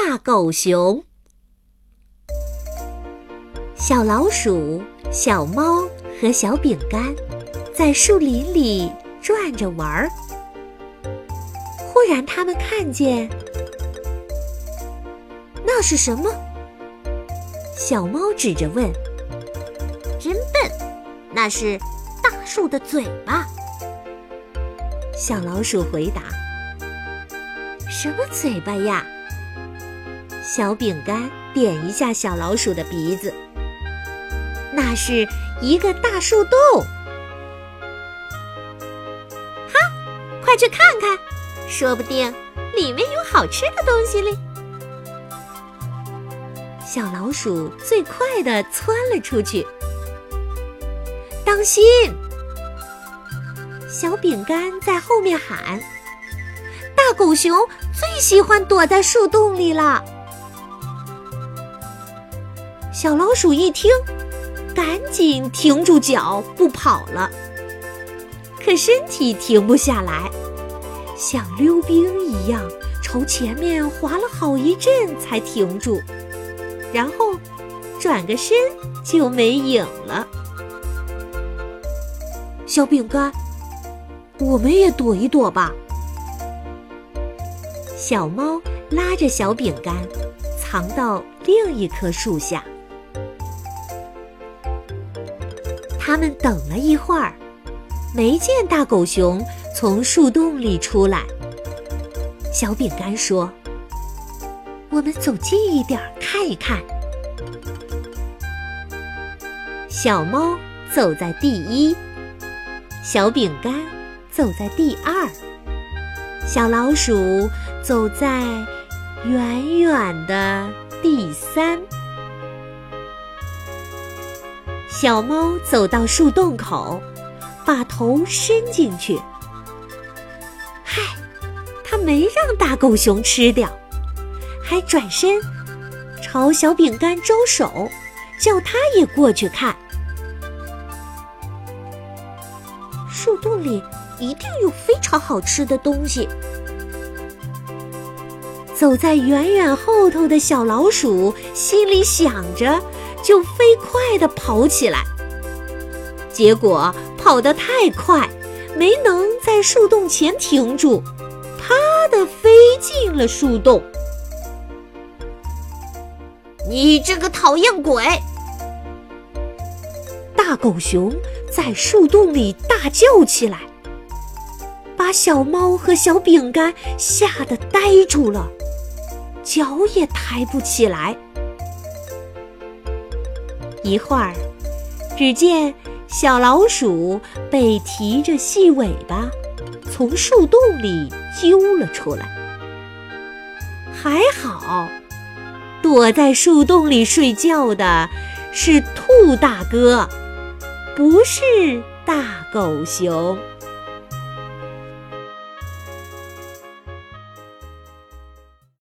大狗熊。小老鼠、小猫和小饼干在树林里转着玩儿。忽然他们看见，那是什么？小猫指着问。 真笨，那是大树的嘴巴。 小老鼠回答。什么嘴巴呀？小饼干点一下小老鼠的鼻子。那是一个大树洞。 哈，快去看看，说不定里面有好吃的东西哩。 小老鼠最快地窜了出去。当心！小饼干在后面喊。大狗熊最喜欢躲在树洞里了。小老鼠一听，赶紧停住脚不跑了，可身体停不下来，像溜冰一样朝前面滑了好一阵才停住，然后转个身就没影了。小饼干，我们也躲一躲吧。小猫拉着小饼干藏到另一棵树下。他们等了一会儿，没见大狗熊从树洞里出来。小饼干说：“我们走近一点看一看。”小猫走在第一，小饼干走在第二，小老鼠走在远远的第三。小猫走到树洞口，把头伸进去。嗨，它没让大狗熊吃掉，还转身朝小饼干招手，叫它也过去看。树洞里一定有非常好吃的东西。走在远远后头的小老鼠心里想着，就飞快地跑起来。结果跑得太快，没能在树洞前停住，啪地飞进了树洞。 你这个讨厌鬼！ 大狗熊在树洞里大叫起来，把小猫和小饼干吓得呆住了，脚也抬不起来。一会儿，只见小老鼠被提着细尾巴从树洞里揪了出来。还好，躲在树洞里睡觉的是兔大哥，不是大狗熊。